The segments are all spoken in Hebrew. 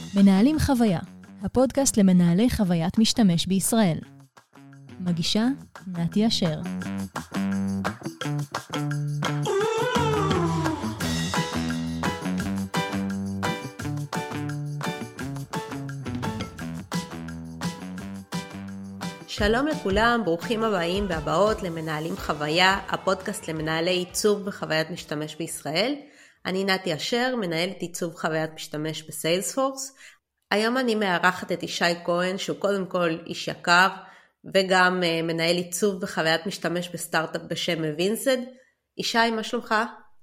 מנהלים חוויה, הפודקאסט למנהלי חוויית משתמש בישראל. מגישה נתי אשר. שלום לכולם, ברוכים הבאים והבאות למנהלים חוויה, הפודקאסט למנהלי עיצוב בחוויית משתמש בישראל. אני נתי אשר, מנהלת עיצוב חוויית משתמש בסיילספורס. היום אני מארחת את ישי כהן, שהוא קודם כל איש יקר, וגם מנהל עיצוב בחוויית משתמש בסטארט-אפ בשם וינסד. ישי, מה שלומך?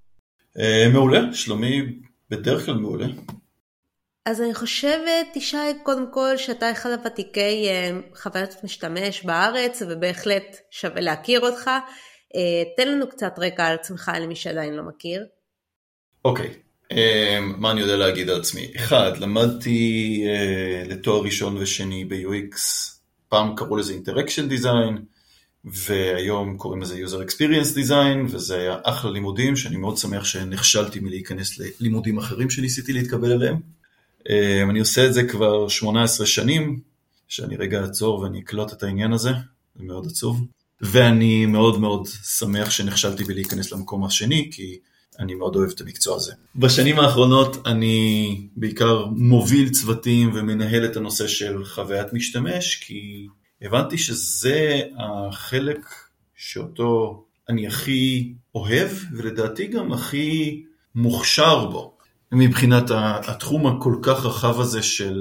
מעולה, שלומי בדרך כלל מעולה. אז אני חושבת, ישי, קודם כל שאתה אחד הוותיקי חוויית משתמש בארץ, ובהחלט שווה להכיר אותך. תן לנו קצת רקע על עצמך, למי שעדיין לא מכיר. אוקיי, מה אני יודע להגיד על עצמי? אחד, למדתי לתואר ראשון ושני ב-UX, פעם קראו לזה Interaction Design, והיום קוראים לזה User Experience Design, וזה היה אחלה לימודים, שאני מאוד שמח שנכשלתי מלהיכנס ללימודים אחרים שניסיתי להתקבל אליהם. אני עושה את זה כבר 18 שנים, שאני רגע אעצור ואני אקלוט את העניין הזה, זה מאוד עצוב, ואני מאוד מאוד שמח שנכשלתי בלהיכנס למקום השני, כי אני מאוד אוהב את המקצוע הזה. בשנים האחרונות אני בעיקר מוביל צוותים ומנהל את הנושא של חוויית משתמש, כי הבנתי שזה החלק שאותו אני הכי אוהב, ולדעתי גם הכי מוכשר בו. מבחינת התחום הכל כך רחב הזה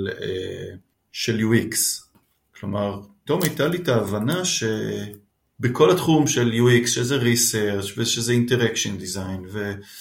של UX. כלומר, פתאום הייתה לי את ההבנה שבכל התחום של UX, שזה Research, ושזה Interaction Design,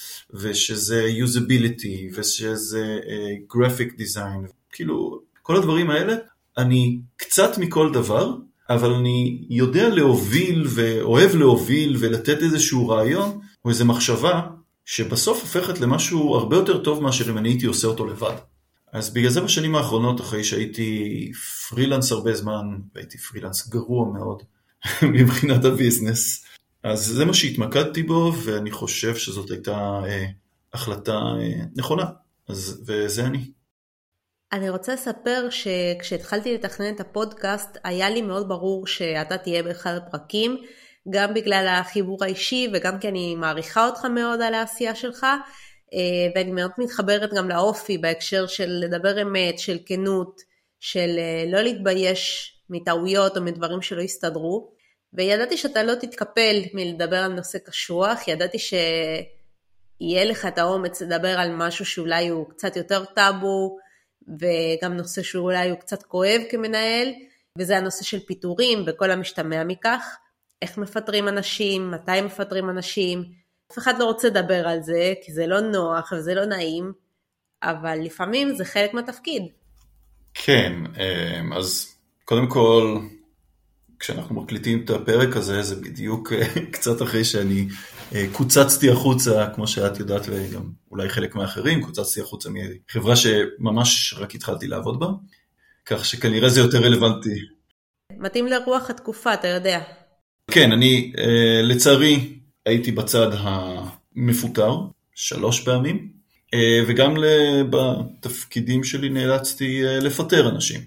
ושזה Usability, ושזה Graphic Design, כאילו, כל הדברים האלה, אני קצת מכל דבר, אבל אני יודע להוביל ואוהב להוביל ולתת איזשהו רעיון, או איזו מחשבה, שבסוף הופכת למשהו הרבה יותר טוב מאשר אם אני הייתי עושה אותו לבד. אז בגלל זה בשנים האחרונות, אחרי שהייתי פרילנס הרבה זמן, והייתי פרילנס גרוע מאוד מבחינת הביזנס, אז זה מה שהתמקדתי בו, ואני חושב שזאת הייתה החלטה נכונה. וזה אני. אני רוצה לספר שכשהתחלתי לתכנן את הפודקאסט, היה לי מאוד ברור שאתה תהיה באחד הפרקים, גם בגלל החיבור האישי, וגם כי אני מעריכה אותך מאוד על העשייה שלך, ואני מאוד מתחברת גם לאופי, בהקשר של לדבר אמת, של כנות, של לא להתבייש מטעויות או מדברים שלא יסתדרו, וידעתי שאתה לא תתקפל מלדבר על נושא קשוח, ידעתי שיהיה לך את האומץ לדבר על משהו שאולי הוא קצת יותר טאבו, וגם נושא שאולי הוא קצת כואב כמנהל, וזה הנושא של פיטורים וכל המשתמע מכך, איך מפטרים אנשים, מתי מפטרים אנשים, אף אחד לא רוצה לדבר על זה, כי זה לא נוח וזה לא נעים, אבל לפעמים זה חלק מהתפקיד. כן, אז קודם כל, כשאנחנו מקליטים את הפרק הזה, זה בדיוק קצת אחרי שאני קוצצתי החוצה, כמו שאת יודעת, וגם אולי חלק מהאחרים, קוצצתי החוצה מחברה שממש רק התחלתי לעבוד בה, כך שכנראה זה יותר רלוונטי. מתאים לרוח התקופה, אתה יודע. כן, אני לצערי הייתי בצד המפוטר 3 פעמים, וגם בתפקידים שלי נאלצתי לפטר אנשים.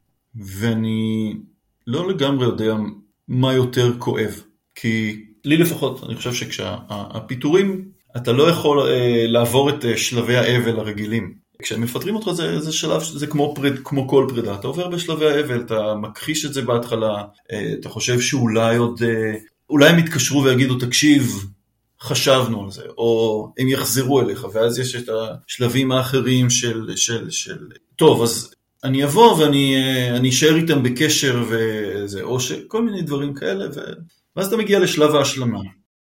ואני לא לגמרי יודע מה יותר כואב, כי לי לפחות, אני חושב שכשהפיטורים, אתה לא יכול לעבור את שלבי האבל הרגילים. כשהם מפטרים אותך זה שלב, זה כמו כל פרידה, אתה עובר בשלבי האבל, אתה מכחיש את זה בהתחלה, אתה חושב שאולי אולי הם יתקשרו ויגידו, תקשיב, חשבנו על זה, או הם יחזרו אליך, ואז יש את השלבים האחרים של טוב, אז אני אבוא ואני אשאר איתם בקשר וזה, או כל מיני דברים כאלה, ואז אתה מגיע לשלב ההשלמה.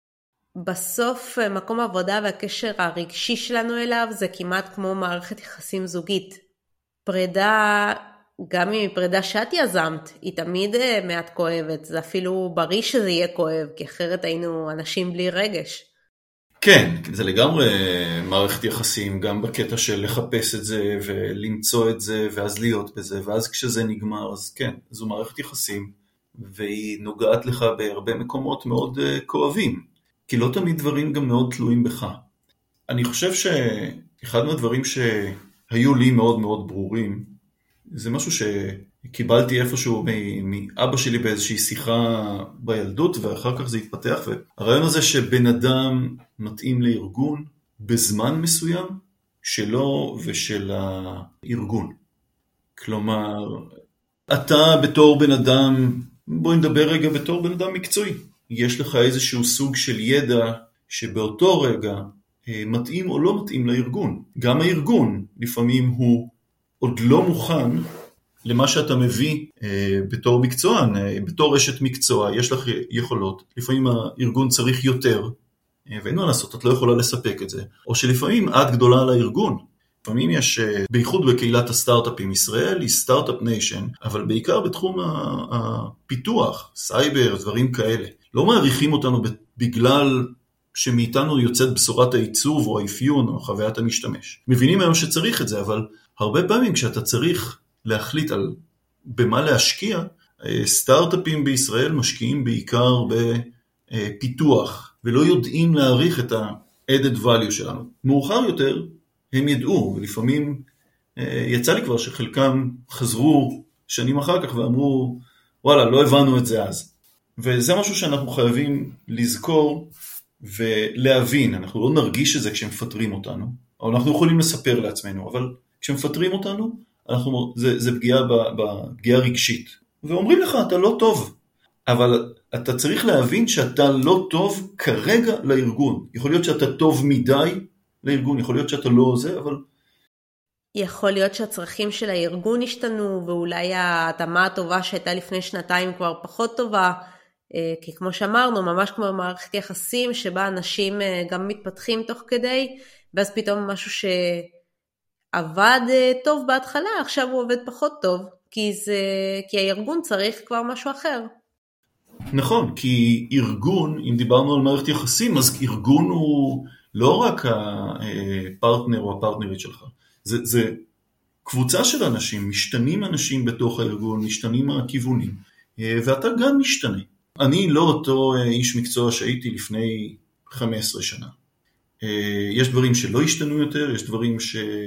בסוף מקום העבודה והקשר הרגשי שלנו אליו זה כמעט כמו מערכת יחסים זוגית. פרידה, גם אם היא פרידה שאת יזמת, היא תמיד מעט כואבת. זה אפילו בריא שזה יהיה כואב, כי אחרת היינו אנשים בלי רגש. כן, זה לגמרי מערכת יחסים, גם בקטע של לחפש את זה ולמצוא את זה ואז להיות בזה, ואז כשזה נגמר, אז כן, זו מערכת יחסים, והיא נוגעת לך בהרבה מקומות מאוד כואבים, כי לא תמיד דברים גם מאוד תלויים בך. אני חושב שאחד מהדברים שהיו לי מאוד מאוד ברורים, זה משהו שקיבלתי איפשהו מאבא שלי באיזושהי שיחה בילדות, ואחר כך זה התפתח, והרעיון הזה שבן אדם מתאים לארגון בזמן מסוים שלו ושל הארגון. כלומר, אתה בתור בן אדם, בואי נדבר רגע בתור בן אדם מקצועי, יש לך איזשהו סוג של ידע שבאותו רגע מתאים או לא מתאים לארגון. גם הארגון לפעמים הוא עוד לא מוכן למה שאתה מביא בתור מקצוען, בתור אשת מקצוע, יש לך יכולות, לפעמים הארגון צריך יותר, ואין מה לעשות, את לא יכולה לספק את זה, או שלפעמים את גדולה על הארגון. לפעמים יש, בייחוד בקהילת הסטארט-אפים, ישראל היא סטארט-אפ ניישן, אבל בעיקר בתחום הפיתוח, סייבר, דברים כאלה. לא מעריכים אותנו בגלל שמאיתנו יוצאת בשורת העיצוב או האפיון או חוויית המשתמש. מבינים היום שצריך את זה, אבל הרבה פעמים כשאתה צריך להחליט על במה להשקיע, סטארט-אפים בישראל משקיעים בעיקר בפיתוח, ולא יודעים להעריך את ה-added value שלנו. מאוחר יותר הם ידעו, ולפעמים יצא לי כבר שחלקם חזרו שנים אחר כך ואמרו, וואלה, לא הבנו את זה אז. וזה משהו שאנחנו חייבים לזכור ולהבין. אנחנו לא נרגיש את זה כשמפטרים אותנו, או אנחנו יכולים לספר לעצמנו, אבל כשמפטרים אותנו, זה פגיעה רגשית. ואומרים לך, אתה לא טוב. אבל אתה צריך להבין שאתה לא טוב כרגע לארגון. יכול להיות שאתה טוב מדי לארגון, יכול להיות שאתה לא זה, אבל... יכול להיות שהצרכים של הארגון השתנו, ואולי ההתאמה הטובה שהייתה לפני שנתיים כבר פחות טובה, כי כמו שאמרנו, ממש כמו מערכת יחסים, שבה אנשים גם מתפתחים תוך כדי, ואז פתאום משהו שעבד טוב בהתחלה, עכשיו הוא עובד פחות טוב, כי הארגון צריך כבר משהו אחר. נכון, כי ארגון, אם דיברנו על מערכת יחסים, אז ארגון הוא לא רק הפרטנר או הפרטנרית שלך. זה קבוצה של אנשים, משתנים אנשים בתוך הארגון, משתנים הכיוונים, ואתה גם משתנה. אני לא אותו איש מקצוע שהייתי לפני 15 שנה. יש דברים שלא השתנו יותר, יש דברים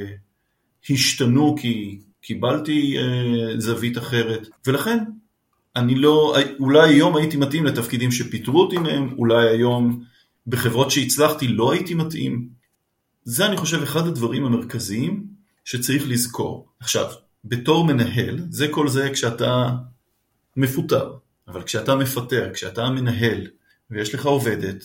שהשתנו כי קיבלתי זווית אחרת, ולכן אני לא, אולי היום הייתי מתאים לתפקידים שפיטרו אותי מהם, אולי היום בחברות שהצלחתי לא הייתי מתאים. זה אני חושב אחד הדברים המרכזיים שצריך לזכור. עכשיו, בתור מנהל, זה כל זה כשאתה מפוטר, אבל כשאתה מפטר, כשאתה מנהל ויש לך עובדת,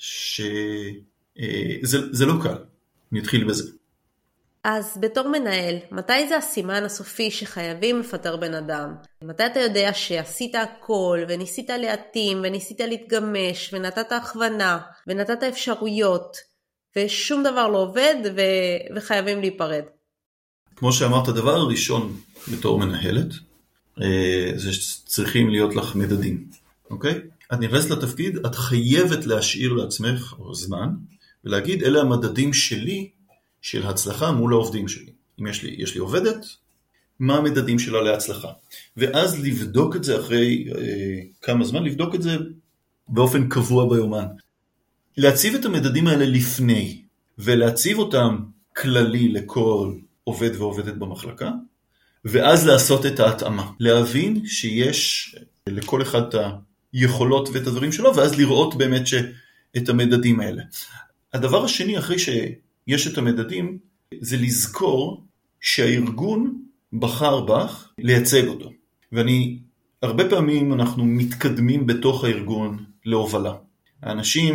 זה לא קל. אני אתחיל בזה. אז בתור מנהל, מתי זה הסימן הסופי שחייבים לפטר בן אדם? מתי אתה יודע שעשית הכל וניסית להתאים וניסית להתגמש ונתת הכוונה ונתת אפשרויות ושום דבר לא עובד וחייבים להיפרד? כמו שאמרת, הדבר הראשון בתור מנהלת זה שצריכים להיות לך מדדים, אוקיי? את נכנסת לתפקיד, את חייבת להשאיר לעצמך זמן ולהגיד אלה המדדים שלי של הצלחה מול העובדים שלי. אם יש לי עובדת, מה המדדים שלה להצלחה? ואז לבדוק את זה אחרי כמה זמן, לבדוק את זה באופן קבוע ביומן. להציב את המדדים האלה לפני, ולהציב אותם כללי לכל עובד ועובדת במחלקה, ואז לעשות את ההתאמה. להבין שיש לכל אחד את היכולות ואת הדברים שלו, ואז לראות באמת את המדדים האלה. הדבר השני, אחרי יש את המדדים, זה לזכור שהארגון בחר בך לייצג אותו. הרבה פעמים אנחנו מתקדמים בתוך הארגון להובלה. האנשים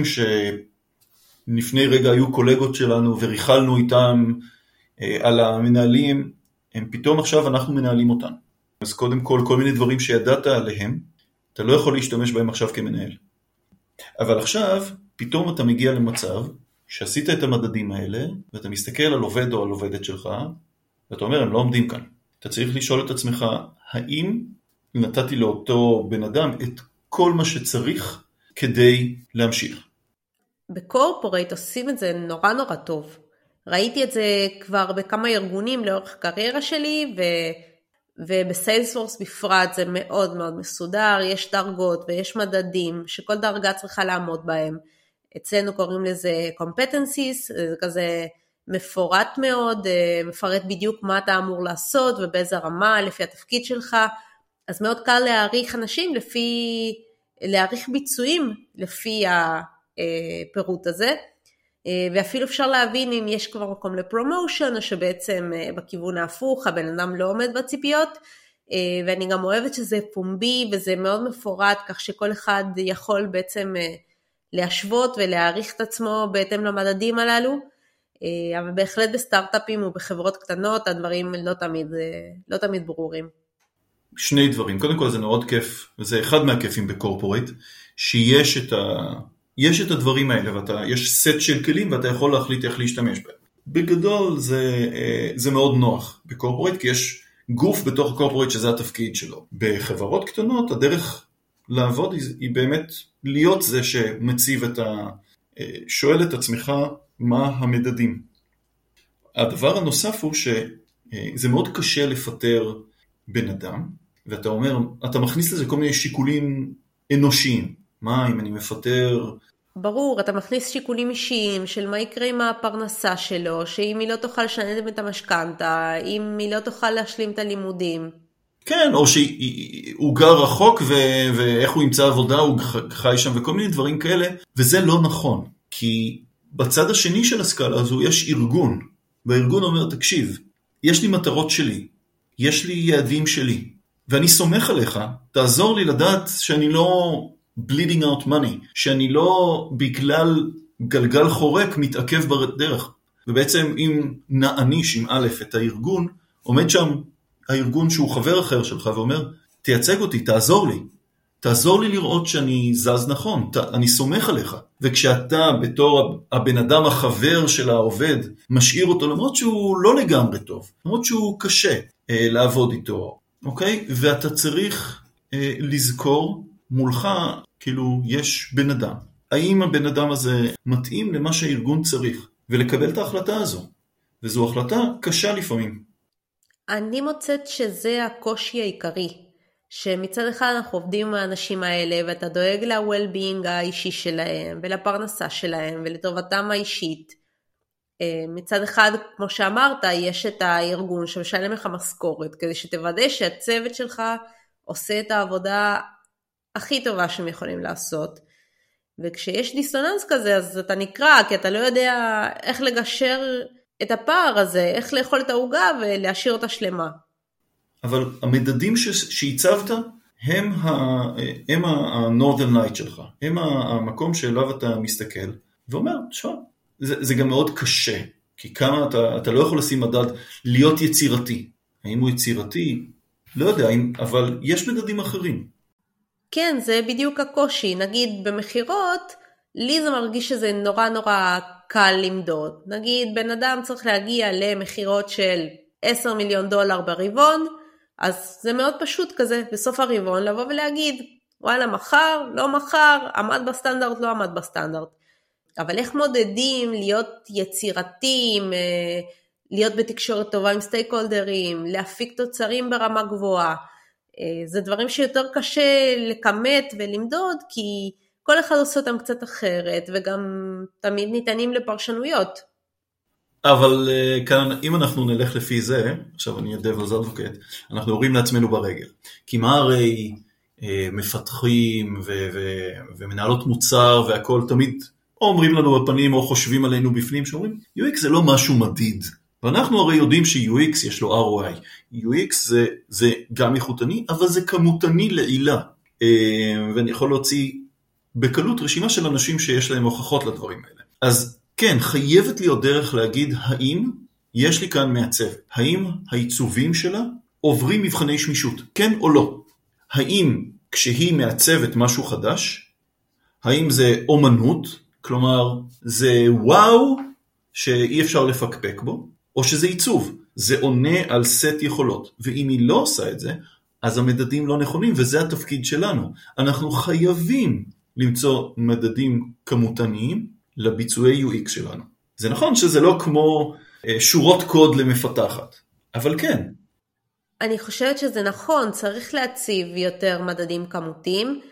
שלפני רגע היו קולגות שלנו וריחלנו איתם על המנהלים, הם פתאום עכשיו אנחנו מנהלים אותם. אז קודם כל מיני דברים שידעת עליהם, אתה לא יכול להשתמש בהם עכשיו כמנהל. אבל עכשיו פתאום אתה מגיע למצב שעשית את המדדים האלה, ואתה מסתכל על עובד או על עובדת שלך, ואתה אומר, הם לא עומדים כאן. אתה צריך לשאול את עצמך, האם נתתי לאותו בן אדם את כל מה שצריך כדי להמשיך? בקורפורייט עושים את זה נורא נורא טוב. ראיתי את זה כבר בכמה ארגונים לאורך הקריירה שלי, ובסיילספורס בפרט זה מאוד מאוד מסודר, יש דרגות ויש מדדים שכל דרגה צריכה לעמוד בהם. אצלנו קוראים לזה competencies, זה כזה מפורט מאוד, מפרט בדיוק מה אתה אמור לעשות ובאיזה רמה לפי התפקיד שלך, אז מאוד קל להעריך אנשים להעריך ביצועים לפי הפירוט הזה, ואפילו אפשר להבין אם יש כבר מקום לפרומושן, או שבעצם בכיוון ההפוך, הבן אדם לא עומד בציפיות, ואני גם אוהבת שזה פומבי, וזה מאוד מפורט, כך שכל אחד יכול בעצם להשוות ולהעריך את עצמו בהתאם למדדים הללו, אבל בהחלט בסטארט-אפים ובחברות קטנות, הדברים לא תמיד ברורים. שני דברים, קודם כל זה מאוד כיף, וזה אחד מהכיפים בקורפורט, שיש את הדברים האלה, יש סט של כלים ואתה יכול להחליט איך להשתמש בהם. בגדול זה מאוד נוח בקורפורט, כי יש גוף בתוך הקורפורט שזה התפקיד שלו. בחברות קטנות הדרך לעבוד היא באמת להיות זה שמציב שואל את עצמך מה המדדים. הדבר הנוסף הוא שזה מאוד קשה לפטר בן אדם, ואתה אומר, אתה מכניס לזה כל מיני שיקולים אנושיים. מה אם אני מפטר? ברור, אתה מכניס שיקולים אישיים של מה יקרה עם הפרנסה שלו, שאם היא לא תוכל לשלם את המשכנתה, אם היא לא תוכל להשלים את הלימודים. כן, או שהוא גר רחוק ואיך הוא ימצא עבודה, הוא חי שם וכל מיני דברים כאלה, וזה לא נכון, כי בצד השני של הסקאלה הזו יש ארגון, והארגון אומר, תקשיב, יש לי מטרות שלי, יש לי יעדים שלי, ואני סומך עליך, תעזור לי לדעת שאני לא bleeding out money, שאני לא בגלל גלגל חורק מתעכב בדרך. ובעצם אם נעניש עם א' את הארגון, עומד שם הארגון שהוא חבר אחר שלך ואומר, תייצג אותי, תעזור לי לראות שאני זז נכון, אני סומך עליך. וכשאתה בתור הבן אדם החבר של העובד, משאיר אותו למרות שהוא לא לגמרי טוב, למרות שהוא קשה לעבוד איתו, אוקיי? ואתה צריך לזכור מולך, כאילו יש בן אדם. האם הבן אדם הזה מתאים למה שהארגון צריך, ולקבל את ההחלטה הזו. וזו החלטה קשה לפעמים. אני מוצאת שזה הקושי העיקרי, שמצד אחד אנחנו עובדים עם האנשים האלה, ואתה דואג ל-well-being האישי שלהם, ולפרנסה שלהם, ולטובתם האישית. מצד אחד, כמו שאמרת, יש את הארגון שמשלם לך משכורת, כדי שתוודא שהצוות שלך עושה את העבודה הכי טובה שהם יכולים לעשות. וכשיש דיסוננס כזה, אז אתה נקרא, כי אתה לא יודע איך לגשר את הפער הזה, איך לאכול את העוגה ולהשאיר אותה שלמה. אבל המדדים שהצבת הם ה-Northern Light שלך, הם המקום שאליו אתה מסתכל, ואומר, תשמע, זה גם מאוד קשה, כי כמה אתה לא יכול לשים מדד להיות יצירתי. האם הוא יצירתי? לא יודע, אבל יש מדדים אחרים. כן, זה בדיוק הקושי. נגיד במחירות, לי זה מרגיש שזה נורא נורא קל למדוד. נגיד בן אדם צריך להגיע למחירות של $10 מיליון ברבעון, אז זה מאוד פשוט כזה בסוף הרבעון לבוא ולהגיד, וואלה מחר, לא מחר, עמד בסטנדרט, לא עמד בסטנדרט. אבל איך מודדים להיות יצירתיים, להיות בתקשורת טובה עם סטייקהולדרים, להפיק תוצרים ברמה גבוהה, זה דברים שיותר קשה לקמת ולמדוד, כי כל אחד עושה אותם קצת אחרת, וגם תמיד ניתנים לפרשנויות. אבל כאן, אם אנחנו נלך לפי זה, עכשיו אני יודע ועזר דבוקת, אנחנו יורים לעצמנו ברגל. כי מה הרי מפתחים ומנהלות מוצר והכל תמיד אומרים לנו בפנים או חושבים עלינו בפנים, שאומרים, UX זה לא משהו מדיד. ואנחנו הרי יודעים ש-UX יש לו ROI. UX זה גם איכותני, אבל זה כמותני לעילה. ואני יכול להוציא בקלות רשימה של אנשים שיש להם הוכחות לדברים האלה. אז כן, חייבת להיות דרך להגיד האם יש לי כאן מעצב. האם העיצובים שלה עוברים מבחני שמישות, כן או לא? האם כשהיא מעצבת משהו חדש, האם זה אומנות, כלומר זה וואו שאי אפשר לפקפק בו, או שזה עיצוב, זה עונה על סט יכולות, ואם היא לא עושה את זה, אז המדדים לא נכונים, וזה התפקיד שלנו. אנחנו חייבים למצוא מדדים כמותניים לביצועי UX שלנו. זה נכון שזה לא כמו שורות קוד למפתחת, אבל כן. אני חושבת שזה נכון, צריך להציב יותר מדדים כמותיים,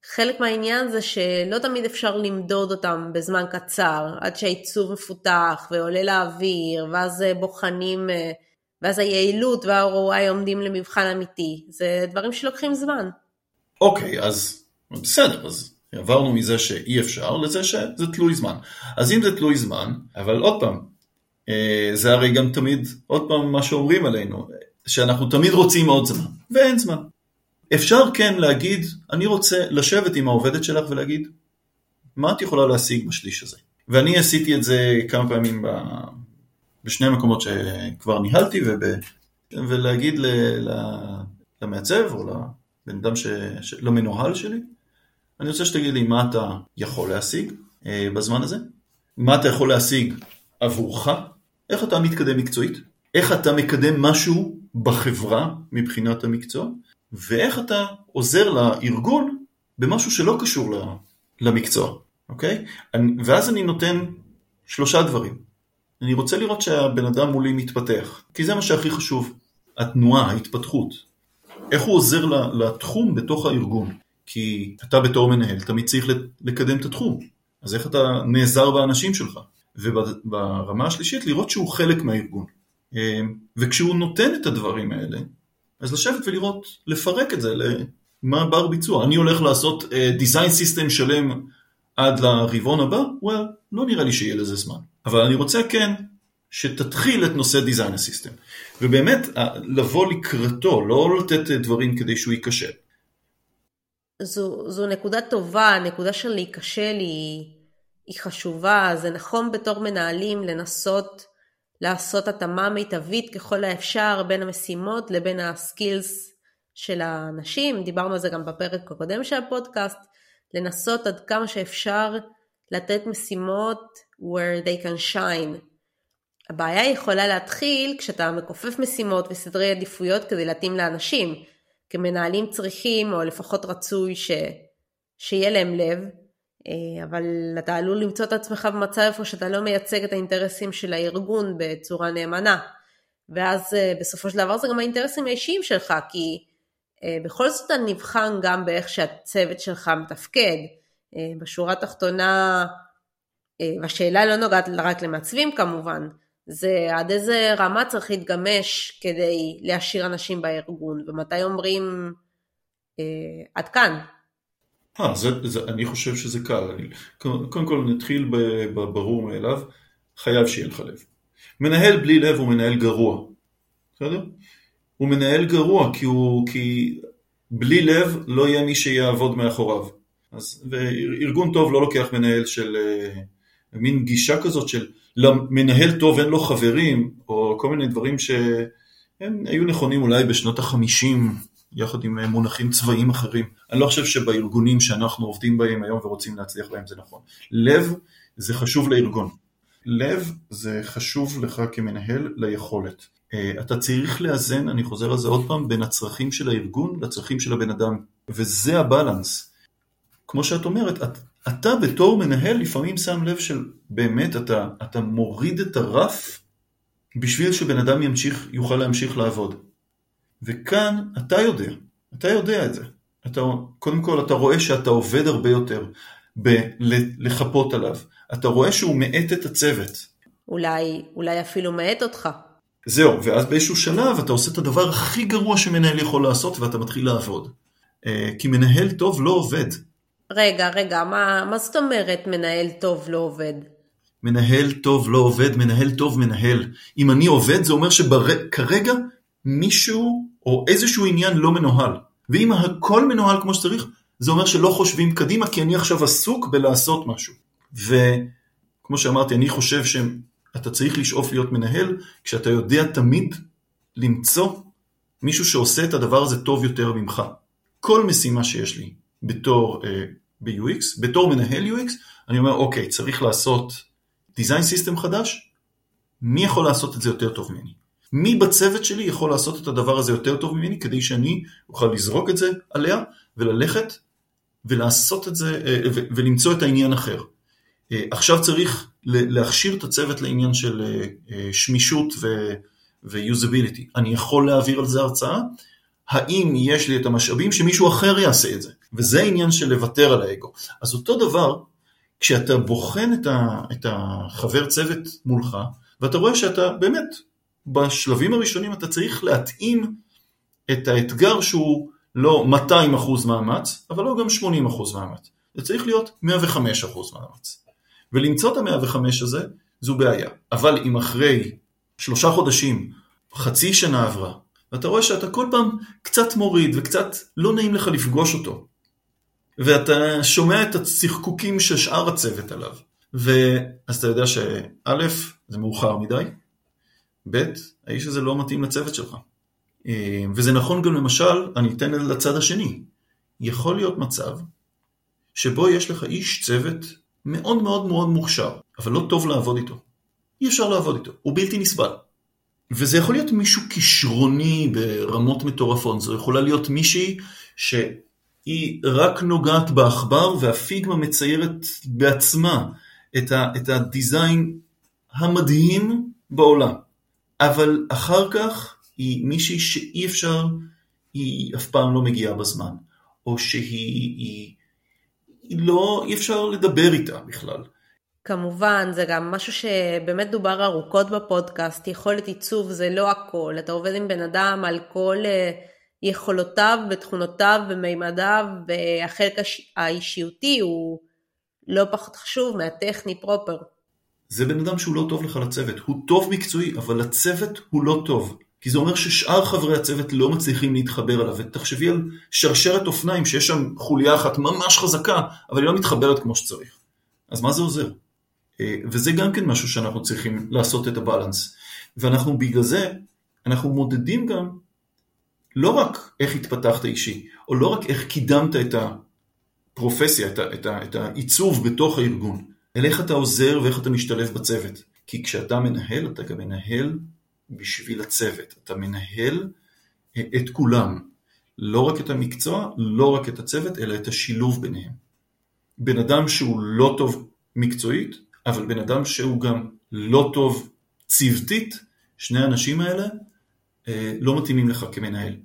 חלק מהעניין זה שלא תמיד אפשר למדוד אותם בזמן קצר, עד שהעיצוב מפותח ועולה לאוויר, ואז בוחנים, ואז היעילות וה-ROI עומדים למבחן אמיתי. זה דברים שלוקחים זמן. אוקיי, אז בסדר, אז עברנו מזה שאי אפשר לזה שזה תלוי זמן. אז אם זה תלוי זמן, אבל עוד פעם, זה הרי גם תמיד, עוד פעם מה שאומרים עלינו, שאנחנו תמיד רוצים עוד זמן, ואין זמן. אפשר כן להגיד, אני רוצה לשבת עם העובדת שלך ולהגיד, מה את יכולה להשיג בשליש הזה? ואני עשיתי את זה כמה פעמים בשני מקומות שכבר ניהלתי, ולהגיד למעצב או לבן אדם למנוהל שלי, אני רוצה שתגיד לי מה אתה יכול להשיג בזמן הזה, מה אתה יכול להשיג עבורך, איך אתה מתקדם מקצועית, איך אתה מקדם משהו בחברה מבחינת המקצוע, ואיך אתה עוזר לארגון במשהו שלא קשור למקצוע, אוקיי? ואז אני נותן 3 דברים. אני רוצה לראות שהבן אדם מולי מתפתח, כי זה מה שהכי חשוב, התנועה, ההתפתחות. איך הוא עוזר לתחום בתוך הארגון? כי אתה בתור מנהל תמיד צריך לקדם את התחום, אז איך אתה נעזר באנשים שלך? וברמה השלישית לראות שהוא חלק מהארגון. וכשהוא נותן את הדברים האלה, אז לשבת ולראות, לפרק את זה למה בר ביצוע. אני הולך לעשות דיזיין סיסטם שלם עד לרבעון הבא, לא נראה לי שיהיה לזה זמן. אבל אני רוצה כן שתתחיל את נושא דיזיין הסיסטם. ובאמת לבוא לקראתו, לא לתת דברים כדי שהוא ייכשל. זו נקודה טובה, הנקודה של להיכשל היא חשובה. זה נכון בתור מנהלים לנסות לעשות התאמה מיטבית ככל האפשר בין המשימות לבין הסקילס של האנשים. דיברנו על זה גם בפרק הקודם של הפודקאסט, לנסות עד כמה שאפשר לתת משימות where they can shine. הבעיה יכולה להתחיל כשאתה מכופף משימות וסדרי עדיפויות כדי להתאים לאנשים. כמנהלים צריכים, או לפחות רצוי שיהיה להם לב, אבל אתה עלול למצוא את עצמך במצב איפה שאתה לא מייצג את האינטרסים של הארגון בצורה נאמנה. ואז בסופו של דבר זה גם האינטרסים האישיים שלך, כי בכל זאת אתה נבחן גם באיך שהצוות שלך מתפקד. בשורה התחתונה, והשאלה לא נוגעת רק למעצבים כמובן, זה עד איזה רמה צריך להתגמש כדי להשאיר אנשים בארגון, ומתי אומרים עד כאן. אני חושב שזה קל. קודם כל נתחיל בברור מאליו, חייב שיהיה לך לב. מנהל בלי לב הוא מנהל גרוע. בסדר? הוא מנהל גרוע כי בלי לב לא יהיה מי שיעבוד מאחוריו. וארגון טוב לא לוקח מנהל של מין גישה כזאת של למנהל טוב אין לו חברים, או כל מיני דברים שהם היו נכונים אולי בשנות ה-50, יחד עם מונחים צבאיים אחרים. אני לא חושב שבארגונים שאנחנו עובדים בהם היום ורוצים להצליח בהם זה נכון. לב זה חשוב לארגון. לב זה חשוב לך כמנהל ליכולת. אתה צריך לאזן, אני חוזר על זה עוד פעם, בין הצרכים של הארגון לצרכים של הבן אדם. וזה הבלנס. כמו שאת אומרת, אתה בתור מנהל לפעמים שם לב של באמת אתה מוריד את הרף בשביל שבן אדם יוכל להמשיך לעבוד. וכאן אתה יודע את זה. קודם כל אתה רואה שאתה עובד הרבה יותר לחפות עליו. אתה רואה שהוא מעט את הצוות. אולי אפילו מעט אותך. זהו, ואז באיזשהו שלב אתה עושה את הדבר הכי גרוע שמנהל יכול לעשות ואתה מתחיל לעבוד. כי מנהל טוב לא עובד. רגע, מה זאת אומרת מנהל טוב לא עובד? מנהל טוב לא עובד, מנהל טוב מנהל. אם אני עובד זה אומר שכרגע מישהו או איזשהו עניין לא מנוהל. ואם הכל מנוהל כמו שצריך, זה אומר שלא חושבים קדימה, כי אני עכשיו עסוק בלעשות משהו. וכמו שאמרתי, אני חושב שאתה צריך לשאוף להיות מנהל, כשאתה יודע תמיד למצוא מישהו שעושה את הדבר הזה טוב יותר ממך. כל משימה שיש לי בתור ב-UX, בתור מנהל UX, אני אומר, אוקיי, צריך לעשות דיזיין סיסטם חדש, מי יכול לעשות את זה יותר טוב ממני? מי בצוות שלי יכול לעשות את הדבר הזה יותר טוב ממני, כדי שאני אוכל לזרוק את זה עליה, וללכת ולעשות את זה, ולמצוא את העניין אחר. עכשיו צריך להכשיר את הצוות לעניין של שמישות ו-usability. אני יכול להעביר על זה הרצאה, האם יש לי את המשאבים שמישהו אחר יעשה את זה? וזה העניין של לוותר על האגו. אז אותו דבר, כשאתה בוחן את החבר צוות מולך, ואתה רואה שאתה באמת, בשלבים הראשונים אתה צריך להתאים את האתגר שהוא לא 200% מאמץ, אבל לא גם 80% מאמץ. זה צריך להיות 105% מאמץ. ולמצוא את ה-105 הזה, זו בעיה. אבל אם אחרי 3 חודשים, חצי שנה עברה, ואתה רואה שאתה כל פעם קצת מוריד, וקצת לא נעים לך לפגוש אותו, ואתה שומע את הצחקוקים של שאר הצוות עליו, אז אתה יודע שא', זה מאוחר מדי, ב', האיש הזה לא מתאים לצוות שלך. וזה נכון גם למשל, אני אתן לצד השני, יכול להיות מצב שבו יש לך איש צוות מאוד מאוד מאוד מוכשר, אבל לא טוב לעבוד איתו. אי אפשר לעבוד איתו, הוא בלתי נסבל. וזה יכול להיות מישהו כישרוני ברמות מטורפות, זו יכולה להיות מישהי שהיא רק נוגעת באחבר, והפיגמה מציירת בעצמה את הדיזיין המדהים בעולם. אבל אחר כך היא מישהי שאי אפשר, היא אף פעם לא מגיעה בזמן, או שהיא לא, אי אפשר לדבר איתה בכלל. כמובן, זה גם משהו שבאמת דובר ארוכות בפודקאסט, יכולת עיצוב זה לא הכל, אתה עובד עם בן אדם על כל יכולותיו ותכונותיו ומימדיו, והחלק האישיותי הוא לא פחות חשוב מהטכני פרופר. זה בן אדם שהוא לא טוב לך לצוות, הוא טוב מקצועי, אבל לצוות הוא לא טוב, כי זה אומר ששאר חברי הצוות לא מצליחים להתחבר עליו, ותחשבי על שרשרת אופניים שיש שם חוליה אחת ממש חזקה, אבל היא לא מתחברת כמו שצריך. אז מה זה עוזר? וזה גם כן משהו שאנחנו צריכים לעשות את הבלנס. ואנחנו בגלל זה, אנחנו מודדים גם לא רק איך התפתחת אישי, או לא רק איך קידמת את הפרופסיה, את העיצוב בתוך הארגון, אלא איך אתה עוזר ואיך אתה משתלב בצוות. כי כשאתה מנהל, אתה גם מנהל בשביל הצוות. אתה מנהל את כולם. לא רק את המקצוע, לא רק את הצוות, אלא את השילוב ביניהם. בן אדם שהוא לא טוב מקצועית, אבל בן אדם שהוא גם לא טוב צוותית, שני האנשים האלה לא מתאימים לך כמנהל.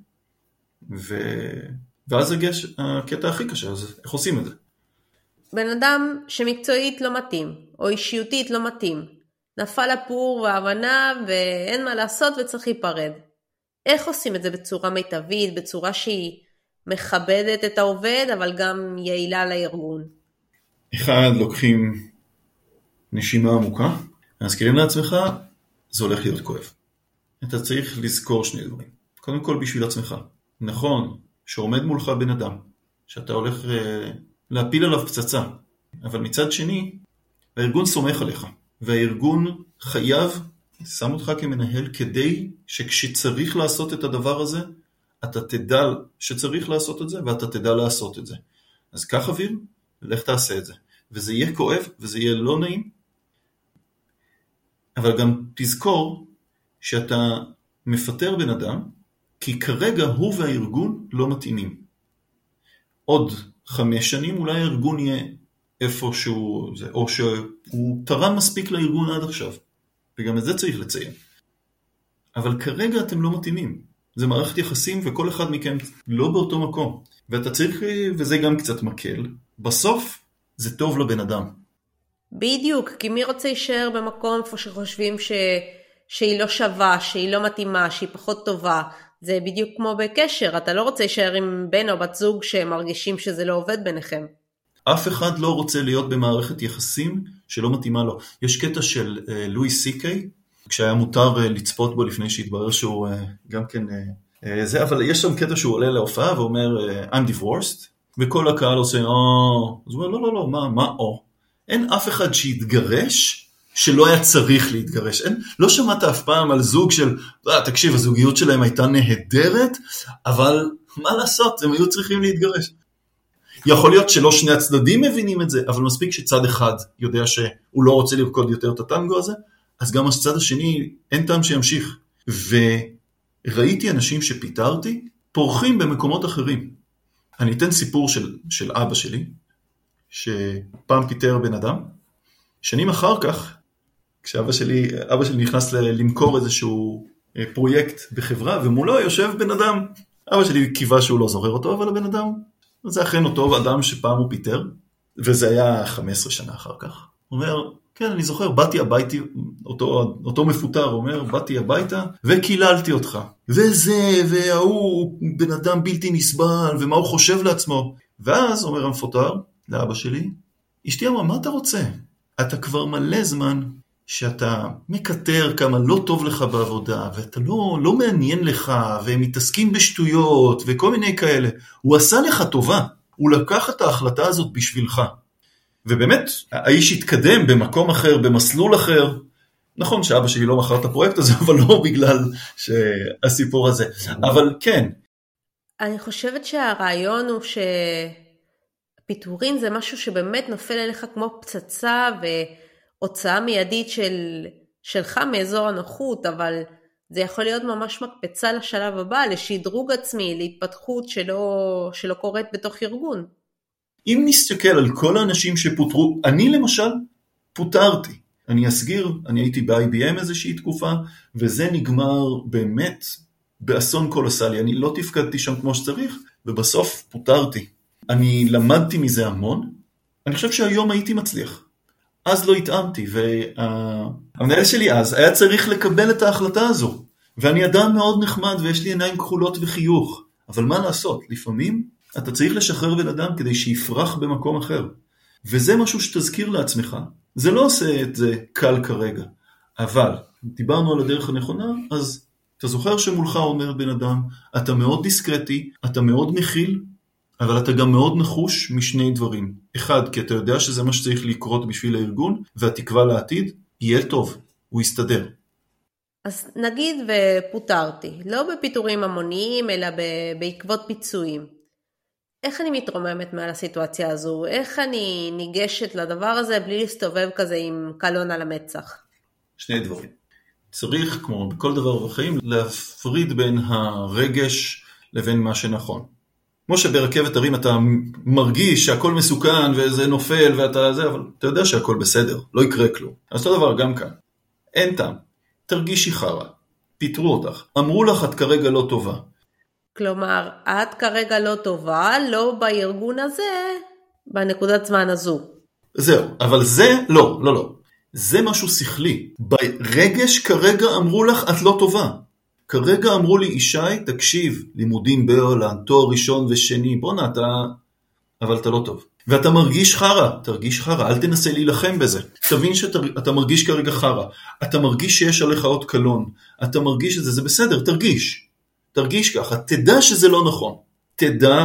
ואז הקטע הכי קשה, אז איך עושים את זה? בן אדם שמקצועית לא מתאים, או אישיותית לא מתאים, נפל הפור והבנה ואין מה לעשות וצריך להיפרד. איך עושים את זה בצורה מיטבית, בצורה שהיא מכבדת את העובד, אבל גם יעילה לארגון? אחד, לוקחים נשימה עמוקה, מזכירים לעצמך, זה הולך להיות כואב. אתה צריך לזכור שני דברים. קודם כל בשביל עצמך. נכון, שעומד מולך בן אדם, שאתה הולך להפיל עליו פצצה, אבל מצד שני, הארגון סומך עליך, והארגון חייב, שם אותך כמנהל, כדי שכשצריך לעשות את הדבר הזה, אתה תדע שצריך לעשות את זה, ואתה תדע לעשות את זה. אז קח אוויר, ולך תעשה את זה. וזה יהיה כואב, וזה יהיה לא נעים, אבל גם תזכור שאתה מפטר בן אדם, כי כרגע הוא והארגון לא מתאימים. עוד 5 שנים אולי הארגון יהיה איפשהו, או שהוא תרם מספיק לארגון עד עכשיו, וגם את זה צריך לציין. אבל כרגע אתם לא מתאימים. זה מערכת יחסים וכל אחד מכם לא באותו מקום. ואתה צריך, וזה גם קצת מקל, בסוף זה טוב לבן אדם. בדיוק, כי מי רוצה להישאר במקום איפה שחושבים שהיא לא שווה, שהיא לא מתאימה, שהיא פחות טובה. זה בדיוק כמו בקשר, אתה לא רוצה להישאר עם בן או בת זוג שמרגישים שזה לא עובד ביניכם. אף אחד לא רוצה להיות במערכת יחסים שלא מתאימה לו. יש קטע של לואי סי-קיי, כשהיה מותר לצפות בו לפני שהתברר שהוא גם כן זה, אבל יש שם קטע שהוא עולה להופעה ואומר I'm divorced, וכל הקהל עושה אז הוא אומר לא, מה אין אף אחד שהתגרש שלא היה צריך להתגרש. לא שמעת אף פעם על זוג של, תקשיב, הזוגיות שלהם הייתה נהדרת, אבל מה לעשות, הם היו צריכים להתגרש. יכול להיות שלא שני הצדדים מבינים את זה, אבל מספיק שצד אחד יודע שהוא לא רוצה לרקוד יותר את הטנגו הזה, אז גם הצד השני אין טעם שימשיך. וראיתי אנשים שפיטרתי, פורחים במקומות אחרים. אני אתן סיפור של אבא שלי, שפעם פיטר בן אדם, שנים אחר כך, כשאבא שלי נכנס למכור איזשהו פרויקט בחברה, ומולו יושב בן אדם, אבא שלי קיווה שהוא לא זוכר אותו, אבל הבן אדם זה אכן אותו אדם שפעם הוא פיטר, וזה היה 15 שנה אחר כך. הוא אומר, כן, אני זוכר, באתי הביתה, אותו מפוטר אומר, באתי הביתה וקיללתי אותך. וזה, והוא בן אדם בלתי נסבל, ומה הוא חושב לעצמו. ואז אומר המפוטר לאבא שלי, אשתי אמרה, מה אתה רוצה? אתה כבר מלא זמן שאתה מקטר כמה לא טוב לך בעבודה, ואתה לא מעניין לך, והם מתעסקים בשטויות, וכל מיני כאלה. הוא עשה לך טובה, הוא לקח את ההחלטה הזאת בשבילך. ובאמת, האיש התקדם במקום אחר, במסלול אחר. נכון שאבא שלי לא מכר את הפרויקט הזה, אבל לא בגלל הסיפור הזה. אבל כן. אני חושבת שהרעיון הוא שפיטורים זה משהו שבאמת נופל אליך כמו פצצה, והוצאה מיידית שלך מאזור הנוחות, אבל זה יכול להיות ממש מקפצה לשלב הבא, לשדרוג עצמי, להתפתחות שלא קורית בתוך ארגון. אם נסתכל על כל האנשים שפוטרו, אני למשל פוטרתי. אני אסגיר, אני הייתי ב-IBM איזושהי תקופה, וזה נגמר באמת באסון קולוסלי. אני לא תפקדתי שם כמו שצריך, ובסוף פוטרתי. אני למדתי מזה המון. אני חושב שהיום הייתי מצליח. אז לא התאמתי, והמנהל שלי אז היה צריך לקבל את ההחלטה הזו. ואני אדם מאוד נחמד, ויש לי עיניים כחולות וחיוך. אבל מה לעשות? לפעמים אתה צריך לשחרר בן אדם כדי שיפרח במקום אחר. וזה משהו שתזכיר לעצמך. זה לא עושה את זה קל כרגע. אבל דיברנו על הדרך הנכונה, אז אתה זוכר שמולך אומר בן אדם, אתה מאוד דיסקרטי, אתה מאוד מכיל, אבל אתה גם מאוד נחוש משני דברים. אחד, כי אתה יודע שזה מה שצריך לקרות בשביל הארגון, והתקווה לעתיד, יהיה טוב, הוא יסתדר. אז נגיד ופוטרתי, לא בפיטורים המוניים, אלא בעקבות פיצויים. איך אני מתרוממת מעל הסיטואציה הזו? איך אני ניגשת לדבר הזה בלי להסתובב כזה עם קלון על המצח? שני דברים. צריך, כמו בכל דבר בחיים, להפריד בין הרגש לבין מה שנכון. כמו שברכבת הרים אתה מרגיש שהכל מסוכן וזה נופל ואתה זה, אבל אתה יודע שהכל בסדר, לא יקרה כלום. אז אותו דבר גם כאן. אין טעם. תרגישי חרא. פיטרו אותך. אמרו לך את כרגע לא טובה. כלומר, את כרגע לא טובה, לא בארגון הזה, בנקודת זמן הזו. זהו, אבל זה לא. זה משהו שכלי. ברגש כרגע אמרו לך את לא טובה. כרגע אמרו לי, ישי, תקשיב, לימודים בהולנד, תואר ראשון ושני, בוא אבל אתה לא טוב. ואתה מרגיש חרא, תרגיש חרא, אל תנסה להילחם בזה. תבין שאתה מרגיש כרגע חרא, אתה מרגיש שיש עליך עוד קלון, אתה מרגיש את זה, זה בסדר, תרגיש ככה, תדע שזה לא נכון, תדע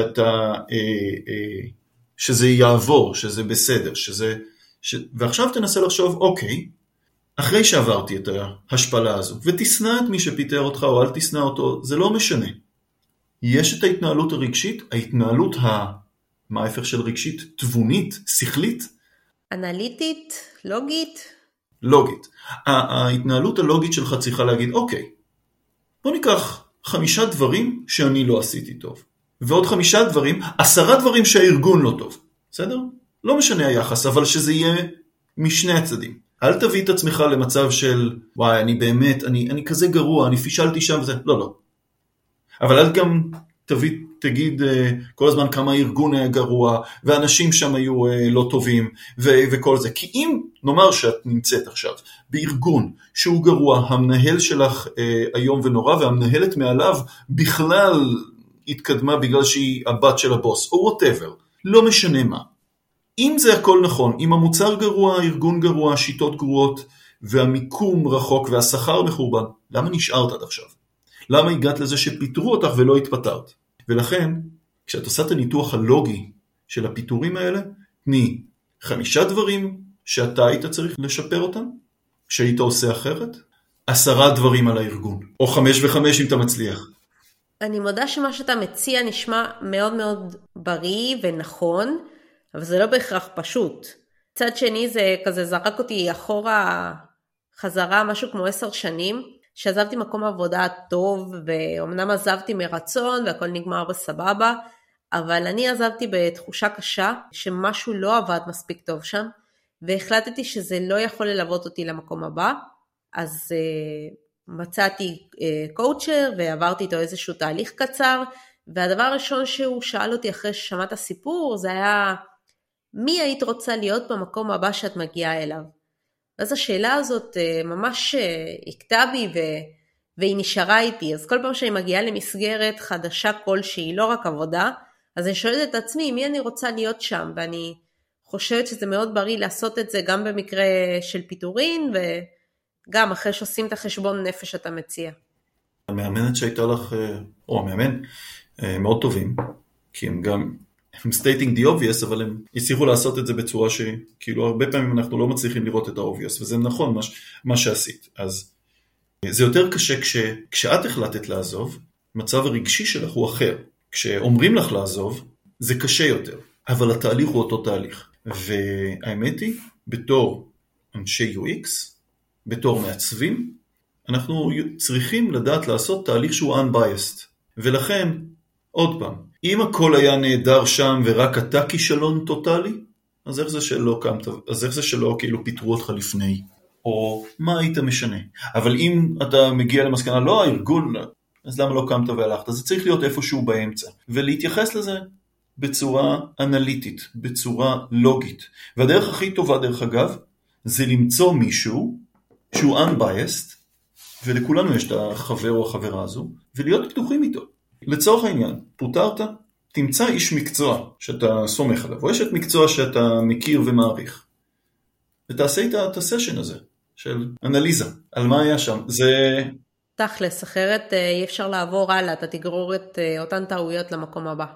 שזה יעבור, שזה בסדר, ועכשיו תנסה לחשוב, אוקיי, אחרי שעברתי את ההשפלה הזו, ותסנע את מי שפיטר אותך או אל תסנע אותו, זה לא משנה. יש את ההתנהלות הרגשית, ההתנהלות מה ההפך של רגשית? תבונית, שכלית? אנליטית, לוגית? לוגית. ההתנהלות הלוגית שלך צריכה להגיד, אוקיי, בוא ניקח 5 דברים שאני לא עשיתי טוב, ועוד 5 דברים, 10 דברים שהארגון לא טוב. בסדר? לא משנה היחס, אבל שזה יהיה משני הצדדים. אל תביא את עצמך למצב של, וואי, אני באמת, אני כזה גרוע, אני פישלתי שם וזה, לא. אבל אל גם תגיד כל הזמן כמה הארגון היה גרוע, ואנשים שם היו לא טובים, וכל זה. כי אם נאמר שאת נמצאת עכשיו בארגון שהוא גרוע, המנהל שלך היום ונורא, והמנהלת מעליו בכלל התקדמה בגלל שהיא הבת של הבוס, או whatever, לא משנה מה. אם זה הכל נכון, אם המוצר גרוע, הארגון גרוע, השיטות גרועות, והמיקום רחוק והשכר מחורבן, למה נשארת עד עכשיו? למה הגעת לזה שפיטרו אותך ולא התפטרת? ולכן, כשאת עושה את הניתוח הלוגי של הפיטורים האלה, תני 5 דברים שאתה היית צריך לשפר אותם, שהיית עושה אחרת, 10 דברים על הארגון, או 5 ו5 אם אתה מצליח. אני מודה שמה שאתה מציע נשמע מאוד מאוד בריא ונכון, אבל זה לא בהכרח פשוט. צד שני זה כזה זרק אותי אחורה חזרה משהו כמו 10 שנים, שעזבתי מקום עבודה טוב, ואומנם עזבתי מרצון והכל נגמר בסבבה, אבל אני עזבתי בתחושה קשה שמשהו לא עבד מספיק טוב שם, והחלטתי שזה לא יכול ללוות אותי למקום הבא, אז מצאתי קואוצ'ר ועברתי איתו איזשהו תהליך קצר, והדבר הראשון שהוא שאל אותי אחרי ששמעת הסיפור, זה היה, מי היית רוצה להיות במקום הבא שאת מגיעה אליו? אז השאלה הזאת ממש הכתה בי והיא נשארה איתי. אז כל פעם שאני מגיעה למסגרת חדשה כלשהי, לא רק עבודה, אז אני שואלת את עצמי, מי אני רוצה להיות שם? ואני חושבת שזה מאוד בריא לעשות את זה גם במקרה של פיטורין, וגם אחרי שעושים את החשבון נפש שאתה מציע. המאמנת שהייתה לך, או המאמן, מאוד טובים, כי הם גם, הם stating the obvious, אבל הם הצליחו לעשות את זה בצורה שכאילו הרבה פעמים אנחנו לא מצליחים לראות את ה-obvious, וזה נכון מה שעשית. אז זה יותר קשה כשאת החלטת לעזוב, מצב הרגשי שלך הוא אחר. כשאומרים לך לעזוב, זה קשה יותר, אבל התהליך הוא אותו תהליך. והאמת היא, בתור אנשי UX, בתור מעצבים, אנחנו צריכים לדעת לעשות תהליך שהוא unbiased. ולכן, עוד פעם, אם הכל היה נהדר שם ורק אתה כישלון טוטלי, אז איך זה שלא כאילו פיטרו אותך לפני? או מה היית משנה? אבל אם אתה מגיע למסקנה, לא הארגון, אז למה לא קמת והלכת? אז זה צריך להיות איפשהו באמצע. ולהתייחס לזה בצורה אנליטית, בצורה לוגית. והדרך הכי טובה, דרך אגב, זה למצוא מישהו שהוא unbiased, ולכולנו יש את החבר או החברה הזו, ולהיות פתוחים איתו. לצורך העניין, פוטרת, תמצא איש מקצוע שאתה סומך עליו, או אשת מקצוע שאתה מכיר ומעריך. ותעשה איתה את הסשן הזה, של אנליזה, על מה היה שם. זה תכלס, אחרת אי אפשר לעבור הלאה, אתה תגרור את אותן טעויות למקום הבא.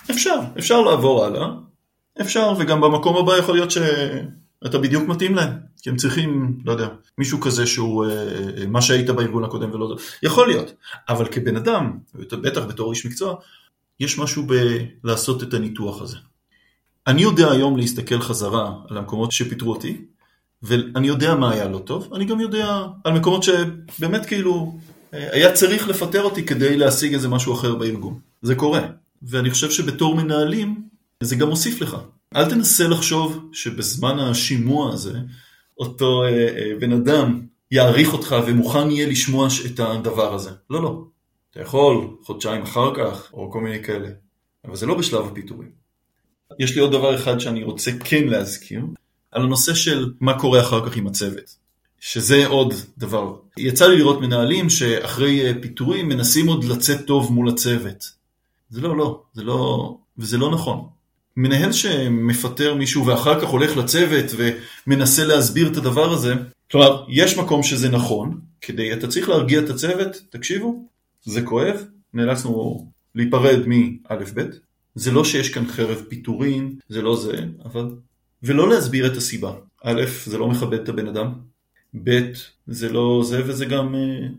אפשר לעבור הלאה, אפשר, וגם במקום הבא יכול להיות שאתה בדיוק מתאים להם, כי הם צריכים, לא יודע, מישהו כזה שהוא, מה שהיית בארגון הקודם ולא, יכול להיות, אבל כבן אדם, בטח בתור איש מקצוע, יש משהו בלעשות את הניתוח הזה. אני יודע היום להסתכל חזרה על המקומות שפיטרו אותי, ואני יודע מה היה לא טוב, אני גם יודע על מקומות שבאמת כאילו היה צריך לפטר אותי כדי להשיג איזה משהו אחר בארגון. זה קורה, ואני חושב שבתור מנהלים זה גם מוסיף לך. אל תנסה לחשוב שבזמן השימוע הזה, אותו בן אדם יעריך אותך ומוכן יהיה לשמוע את הדבר הזה. לא. אתה יכול חודשיים אחר כך, או כל מיני כאלה. אבל זה לא בשלב הפיטורים. יש לי עוד דבר אחד שאני רוצה כן להזכיר, על הנושא של מה קורה אחר כך עם הצוות. שזה עוד דבר. יצא לי לראות מנהלים שאחרי פיטורים מנסים עוד לצאת טוב מול הצוות. זה לא, וזה לא נכון. מנהל שמפטר מישהו ואחר כך הולך לצוות ומנסה להסביר את הדבר הזה, כלומר, יש מקום שזה נכון, אתה צריך להרגיע את הצוות, תקשיבו, זה כואב, נאלצנו להיפרד מאלף ב', זה לא שיש כאן חרב פיטורים, זה לא זה, אבל, ולא להסביר את הסיבה. א', זה לא מכבד את הבן אדם, ב', זה לא זה, וזה גם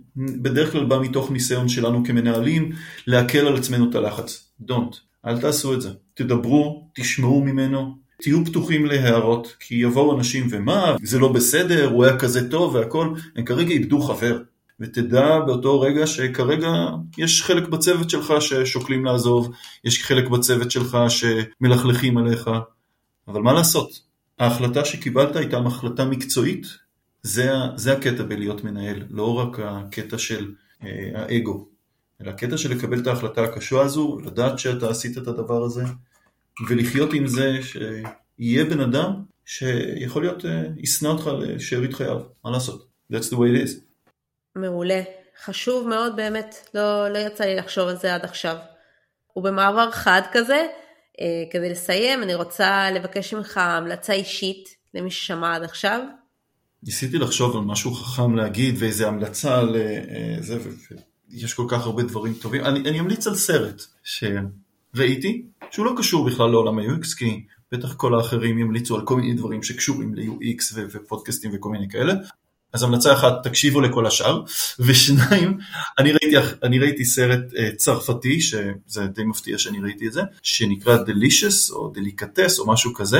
בדרך כלל בא מתוך ניסיון שלנו כמנהלים, להקל על עצמנו את הלחץ. Don't, אל תעשו את זה. תדברו, תשמעו ממנו, תהיו פתוחים להערות, כי יבואו אנשים ומה, זה לא בסדר, הוא היה כזה טוב והכל, הם כרגע איבדו חבר. ותדע באותו רגע שכרגע יש חלק בצוות שלך ששוקלים לעזוב, יש חלק בצוות שלך שמלכלכים עליך, אבל מה לעשות? ההחלטה שקיבלת הייתה החלטה מקצועית, זה הקטע בלהיות מנהל, לא רק הקטע של האגו, אלא הקטע של לקבל את ההחלטה הקשה הזו, לדעת שאתה עשית את הדבר הזה, ולחיות עם זה שיהיה בן אדם שיכול להיות, ישנא אותך לשארית חייו, מה לעשות? That's the way it is. מעולה, חשוב מאוד באמת, לא יצא לי לחשוב על זה עד עכשיו. ובמעבר חד כזה, כדי לסיים, אני רוצה לבקש ממך המלצה אישית למי ששמע עד עכשיו. ניסיתי לחשוב על משהו חכם להגיד, ואיזה המלצה לזה, ויש כל כך הרבה דברים טובים. אני אמליץ על סרט שראיתי, שהוא לא קשור בכלל לעולם ה-UX, כי בטח כל האחרים ימליצו על כל מיני דברים שקשורים ל-UX ופודקאסטים וכל מיני כאלה. אז המלצה אחת, תקשיבו לכל השאר, ושניים, אני ראיתי סרט צרפתי, שזה די מפתיע שאני ראיתי את זה, שנקרא Delicious או Delicatessen או משהו כזה,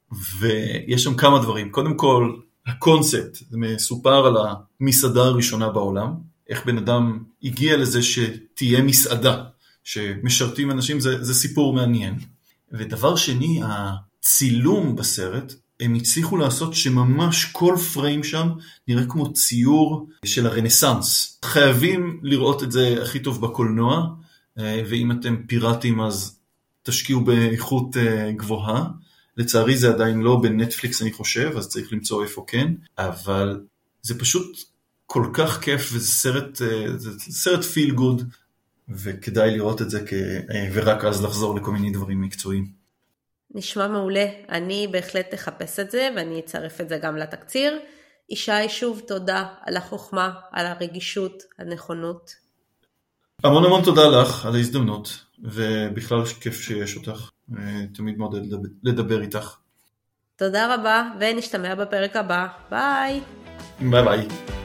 ויש שם כמה דברים. קודם כל, הקונספט, זה מסופר על המסעדה הראשונה בעולם, איך בן אדם הגיע לזה שתהיה מסעדה, שמשרתים אנשים, זה סיפור מעניין. ודבר שני, הצילום בסרט, הם הצליחו לעשות שממש כל פריים שם נראה כמו ציור של הרנסנס. חייבים לראות את זה הכי טוב בקולנוע, ואם אתם פיראטים אז תשקיעו באיכות גבוהה. לצערי זה עדיין לא בנטפליקס אני חושב, אז צריך למצוא איפה כן, אבל זה פשוט כל כך כיף, וזה סרט פיל גוד, וכדאי לראות את זה, ורק אז לחזור לכל מיני דברים מקצועיים. נשמע מעולה, אני בהחלט אחפש את זה, ואני אצרף את זה גם לתקציר. ישי, שוב תודה על החוכמה, על הרגישות, הנכונות. המון תודה לך על ההזדמנות, ובכלל כיף שיש אותך, תמיד מעודד לדבר איתך. תודה רבה, ונשתמע בפרק הבא. ביי. ביי ביי.